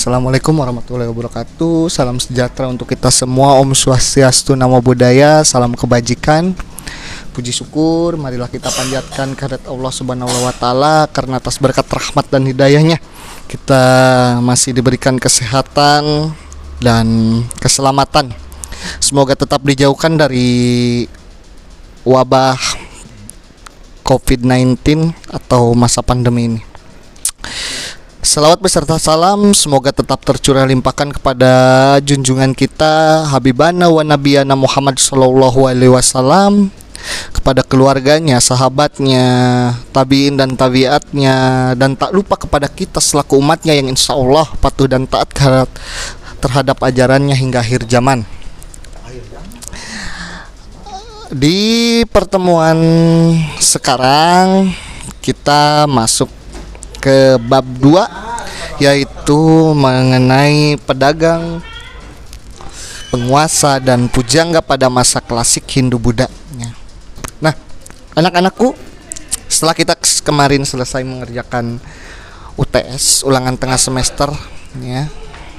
Assalamualaikum warahmatullahi wabarakatuh. Salam sejahtera untuk kita semua. Om Swastiastu, Namo Buddhaya. Salam kebajikan. Puji syukur marilah kita panjatkan kehadirat Allah Subhanahu wa taala, karena atas berkat rahmat dan hidayahnya kita masih diberikan kesehatan dan keselamatan. Semoga tetap dijauhkan dari wabah COVID-19 atau masa pandemi ini. Selawat beserta salam semoga tetap tercurah limpahkan kepada junjungan kita Habibana wa Nabiyana Muhammad sallallahu alaihi wasallam, kepada keluarganya, sahabatnya, tabiin dan tabiatnya, dan tak lupa kepada kita selaku umatnya yang insya Allah patuh dan taat terhadap ajarannya hingga akhir zaman. Di pertemuan sekarang kita masuk ke bab 2, yaitu mengenai pedagang, penguasa, dan pujangga pada masa klasik Hindu-Buddha. Nah, anak-anakku, setelah kita kemarin selesai mengerjakan UTS, ulangan tengah semester, ya.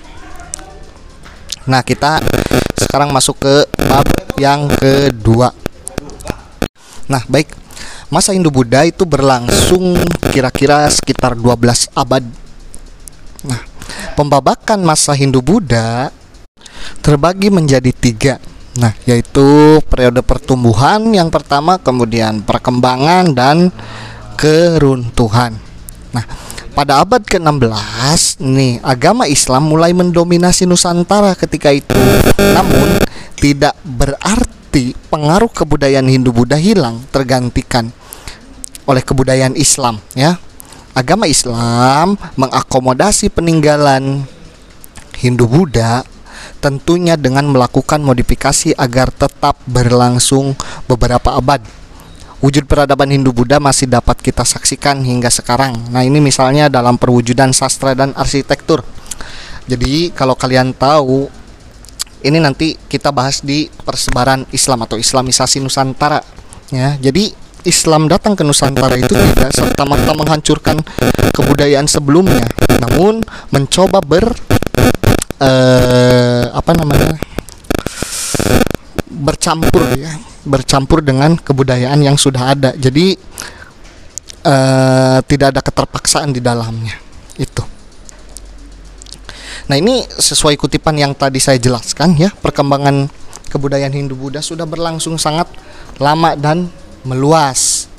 Nah, kita sekarang masuk ke bab yang kedua. Nah, baik. Masa Hindu-Buddha itu berlangsung kira-kira sekitar 12 abad. Nah, pembabakan masa Hindu-Buddha terbagi menjadi 3. Nah, yaitu periode pertumbuhan yang pertama, kemudian perkembangan, dan keruntuhan. Nah, pada abad ke-16 nih, agama Islam mulai mendominasi Nusantara ketika itu. Namun, tidak berarti pengaruh kebudayaan Hindu-Buddha hilang, tergantikan oleh kebudayaan Islam, ya. Agama Islam mengakomodasi peninggalan Hindu-Buddha, tentunya dengan melakukan modifikasi agar tetap berlangsung beberapa abad. Wujud peradaban Hindu-Buddha masih dapat kita saksikan hingga sekarang. Nah, ini misalnya dalam perwujudan sastra dan arsitektur. Jadi kalau kalian tahu, ini nanti kita bahas di persebaran Islam atau Islamisasi Nusantara, ya. Jadi Islam datang ke Nusantara itu tidak serta-merta menghancurkan kebudayaan sebelumnya, namun mencoba bercampur dengan kebudayaan yang sudah ada. Jadi tidak ada keterpaksaan di dalamnya itu. Nah, ini sesuai kutipan yang tadi saya jelaskan, ya. Perkembangan kebudayaan Hindu-Buddha sudah berlangsung sangat lama dan meluas,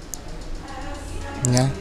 ya.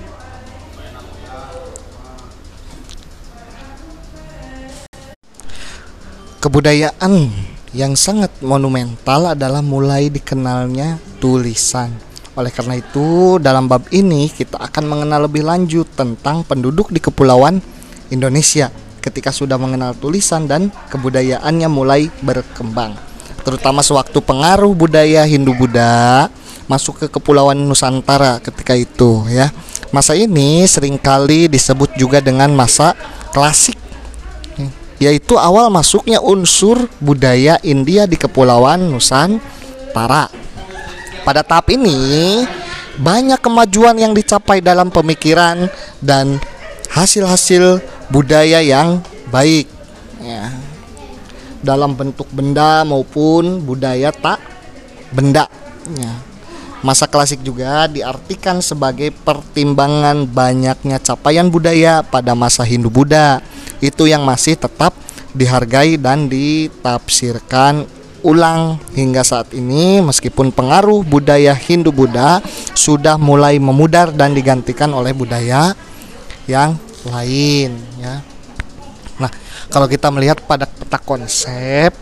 Kebudayaan yang sangat monumental adalah mulai dikenalnya tulisan. Oleh karena itu, dalam bab ini kita akan mengenal lebih lanjut tentang penduduk di Kepulauan Indonesia ketika sudah mengenal tulisan dan kebudayaannya mulai berkembang, terutama sewaktu pengaruh budaya Hindu-Buddha masuk ke Kepulauan Nusantara ketika itu, ya. Masa ini seringkali disebut juga dengan masa klasik, yaitu awal masuknya unsur budaya India di Kepulauan Nusantara. Pada tahap ini banyak kemajuan yang dicapai dalam pemikiran dan hasil-hasil budaya yang baik, ya, dalam bentuk benda maupun budaya tak benda, ya. Masa klasik juga diartikan sebagai pertimbangan banyaknya capaian budaya pada masa Hindu-Buddha itu yang masih tetap dihargai dan ditafsirkan ulang hingga saat ini, meskipun pengaruh budaya Hindu-Buddha sudah mulai memudar dan digantikan oleh budaya yang lain, ya. Nah, kalau kita melihat pada peta konsep,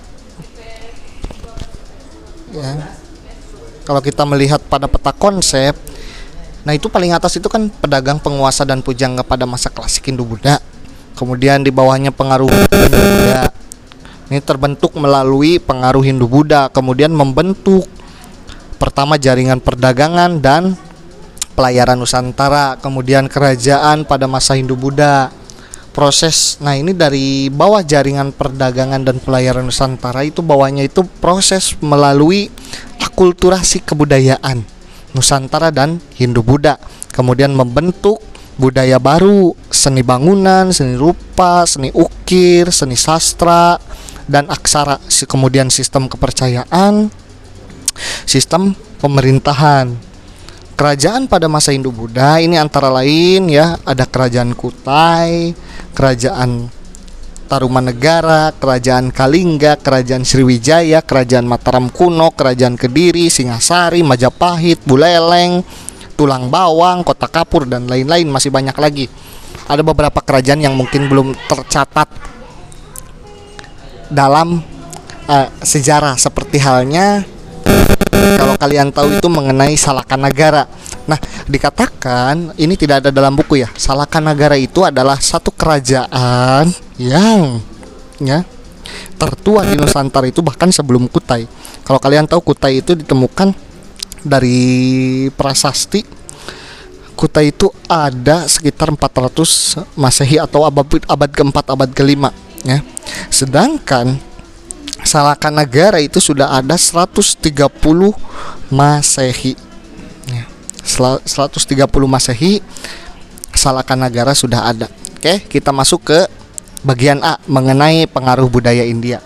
ya, kalau kita melihat pada peta konsep, nah itu paling atas itu kan pedagang, penguasa, dan pujangga pada masa klasik Hindu-Buddha. Kemudian di bawahnya pengaruh Hindu-Buddha. Ini terbentuk melalui pengaruh Hindu-Buddha, kemudian membentuk pertama jaringan perdagangan dan pelayaran Nusantara, kemudian kerajaan pada masa Hindu-Buddha. Nah ini dari bawah jaringan perdagangan dan pelayaran Nusantara itu, bawahnya itu proses melalui akulturasi kebudayaan Nusantara dan Hindu-Buddha, kemudian membentuk budaya baru, seni bangunan, seni rupa, seni ukir, seni sastra, dan aksara. Kemudian sistem kepercayaan, sistem pemerintahan. Kerajaan pada masa Hindu-Buddha ini antara lain ya, ada kerajaan Kutai, kerajaan Tarumanegara, kerajaan Kalingga, kerajaan Sriwijaya, kerajaan Mataram kuno, kerajaan Kediri, Singasari, Majapahit, Buleleng, Tulang Bawang, Kota Kapur, dan lain-lain. Masih banyak lagi. Ada beberapa kerajaan yang mungkin belum tercatat dalam sejarah, seperti halnya kalau kalian tahu itu mengenai Salakanagara. Nah, dikatakan ini tidak ada dalam buku ya. Salakanagara itu adalah satu kerajaan yang ya tertua di Nusantara itu bahkan sebelum Kutai. Kalau kalian tahu Kutai itu ditemukan dari prasasti. Kutai itu ada sekitar 400 Masehi atau abad keempat, abad kelima ya. Sedangkan Salakanagara itu sudah ada 130 Masehi ya. 130 Masehi Salakanagara sudah ada. Oke, kita masuk ke bagian A mengenai pengaruh budaya India.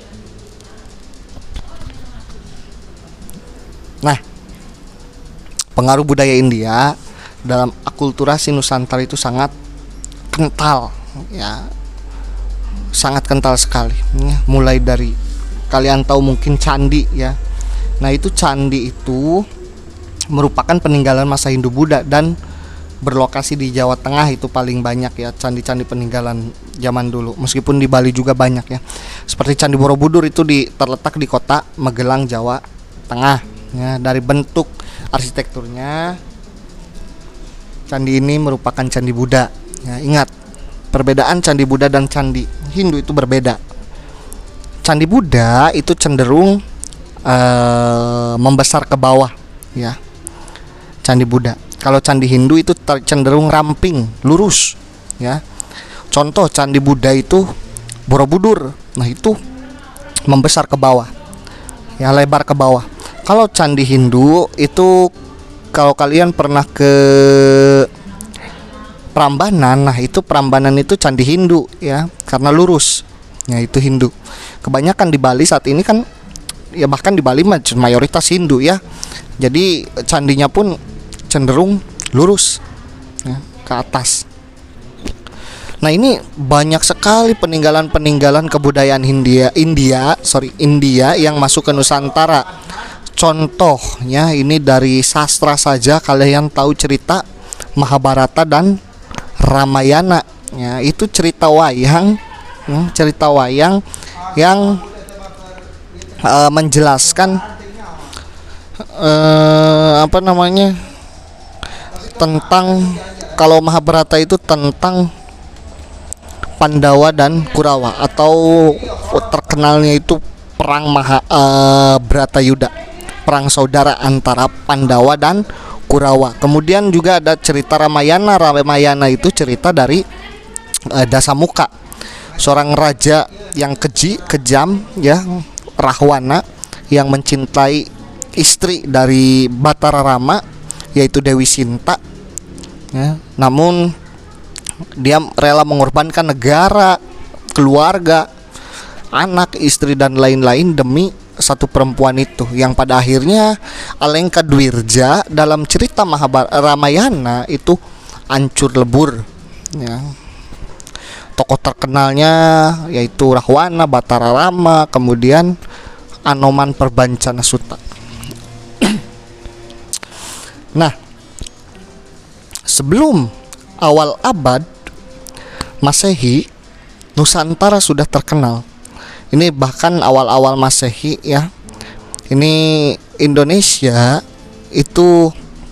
Nah, pengaruh budaya India dalam akulturasi Nusantara itu sangat kental ya, sangat kental sekali ya. Mulai dari kalian tahu mungkin candi ya. Nah, itu candi itu merupakan peninggalan masa Hindu-Buddha dan berlokasi di Jawa Tengah itu paling banyak ya, candi-candi peninggalan zaman dulu. Meskipun di Bali juga banyak ya. Seperti Candi Borobudur itu terletak di kota Magelang, Jawa Tengah ya. Dari bentuk arsitekturnya, candi ini merupakan candi Buddha ya. Ingat, perbedaan candi Buddha dan candi Hindu itu berbeda. Candi Buddha itu cenderung membesar ke bawah ya, candi Buddha. Kalau candi Hindu itu cenderung ramping, lurus ya. Contoh candi Buddha itu Borobudur. Nah, itu membesar ke bawah ya, lebar ke bawah. Kalau candi Hindu itu, kalau kalian pernah ke Prambanan, nah itu Prambanan itu candi Hindu ya, karena lurus ya, itu Hindu. Kebanyakan di Bali saat ini kan ya, bahkan di Bali mayoritas Hindu ya. Jadi candinya pun cenderung lurus ya, ke atas. Nah, ini banyak sekali peninggalan-peninggalan kebudayaan India yang masuk ke Nusantara. Contohnya ini dari sastra saja, kalian tahu cerita Mahabharata dan Ramayana ya, itu cerita wayang yang menjelaskan tentang, kalau Mahabharata itu tentang Pandawa dan Kurawa, atau terkenalnya itu perang Bratayuda, perang saudara antara Pandawa dan Kurawa. Kemudian juga ada cerita Ramayana. Ramayana itu cerita dari Dasamuka, seorang raja yang keji, kejam ya, Rahwana, yang mencintai istri dari Batara Rama, yaitu Dewi Sinta ya. Namun dia rela mengorbankan negara, keluarga, anak, istri, dan lain-lain demi satu perempuan itu, yang pada akhirnya Alengka Dwirja dalam cerita Ramayana itu hancur lebur ya. Tokoh terkenalnya yaitu Rahwana, Batara Rama, kemudian Anoman Perbancana Sutta. Nah, sebelum awal abad Masehi, Nusantara sudah terkenal. Ini bahkan awal-awal Masehi ya. Ini Indonesia itu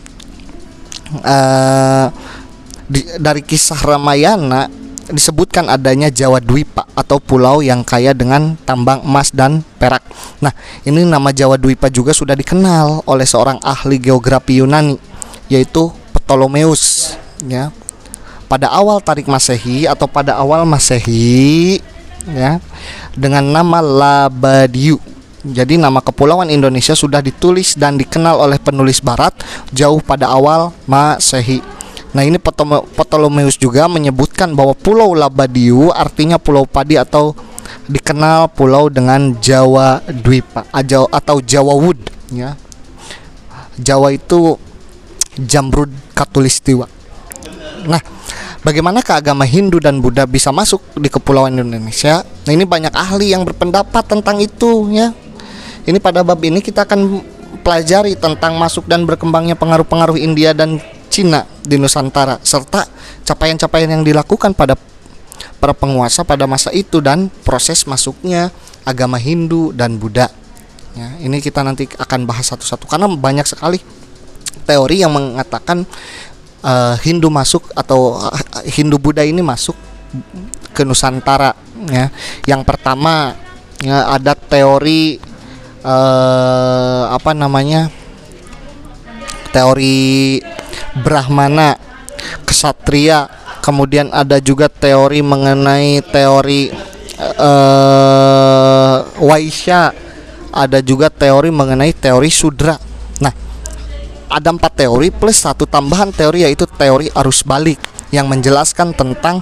dari kisah Ramayana disebutkan adanya Jawa Dwipa atau pulau yang kaya dengan tambang emas dan perak. Nah, ini nama Jawa Dwipa juga sudah dikenal oleh seorang ahli geografi Yunani, yaitu Ptolemeus ya. Pada awal Tarik Masehi atau pada awal Masehi ya, dengan nama Labadiu. Jadi nama kepulauan Indonesia sudah ditulis dan dikenal oleh penulis barat jauh pada awal Masehi. Nah, ini Ptolemeus juga menyebutkan bahwa Pulau Labadiu artinya pulau padi atau dikenal pulau dengan Jawa Dwipa atau Jawa Wood ya. Jawa itu Jamrud Khatulistiwa. Nah, bagaimana agama Hindu dan Buddha bisa masuk di kepulauan Indonesia? Nah, ini banyak ahli yang berpendapat tentang itu ya. Ini pada bab ini kita akan pelajari tentang masuk dan berkembangnya pengaruh-pengaruh India dan Cina di Nusantara serta capaian-capaian yang dilakukan pada para penguasa pada masa itu dan proses masuknya agama Hindu dan Buddha. Ya, ini kita nanti akan bahas satu-satu karena banyak sekali teori yang mengatakan Hindu masuk atau Hindu Buddha ini masuk ke Nusantara. Ya, yang pertama ya, ada teori teori Brahmana, Ksatria, kemudian ada juga teori mengenai teori Waisya, ada juga teori mengenai teori Sudra. Nah, ada 4 teori plus satu tambahan teori yaitu teori arus balik yang menjelaskan tentang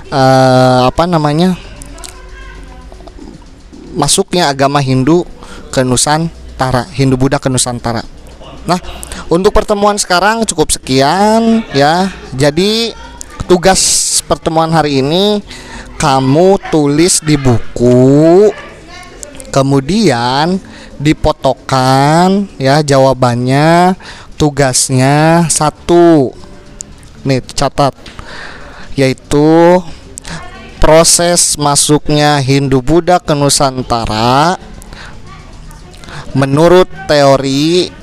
masuknya agama Hindu ke Nusantara, Hindu Buddha ke Nusantara. Nah, untuk pertemuan sekarang cukup sekian ya. Jadi tugas pertemuan hari ini kamu tulis di buku, kemudian dipotokan ya jawabannya. Tugasnya 1. Nih catat, yaitu proses masuknya Hindu Buddha ke Nusantara menurut teori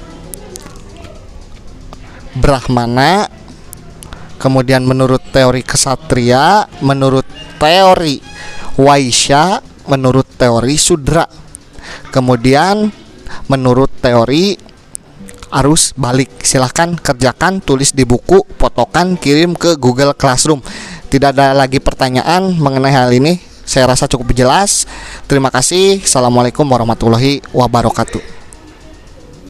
Brahmana, kemudian menurut teori Ksatria, menurut teori Waisya, menurut teori Sudra, kemudian menurut teori arus balik. Silahkan kerjakan, tulis di buku, potokan, kirim ke Google Classroom. Tidak ada lagi pertanyaan mengenai hal ini. Saya rasa cukup jelas. Terima kasih. Assalamualaikum warahmatullahi wabarakatuh.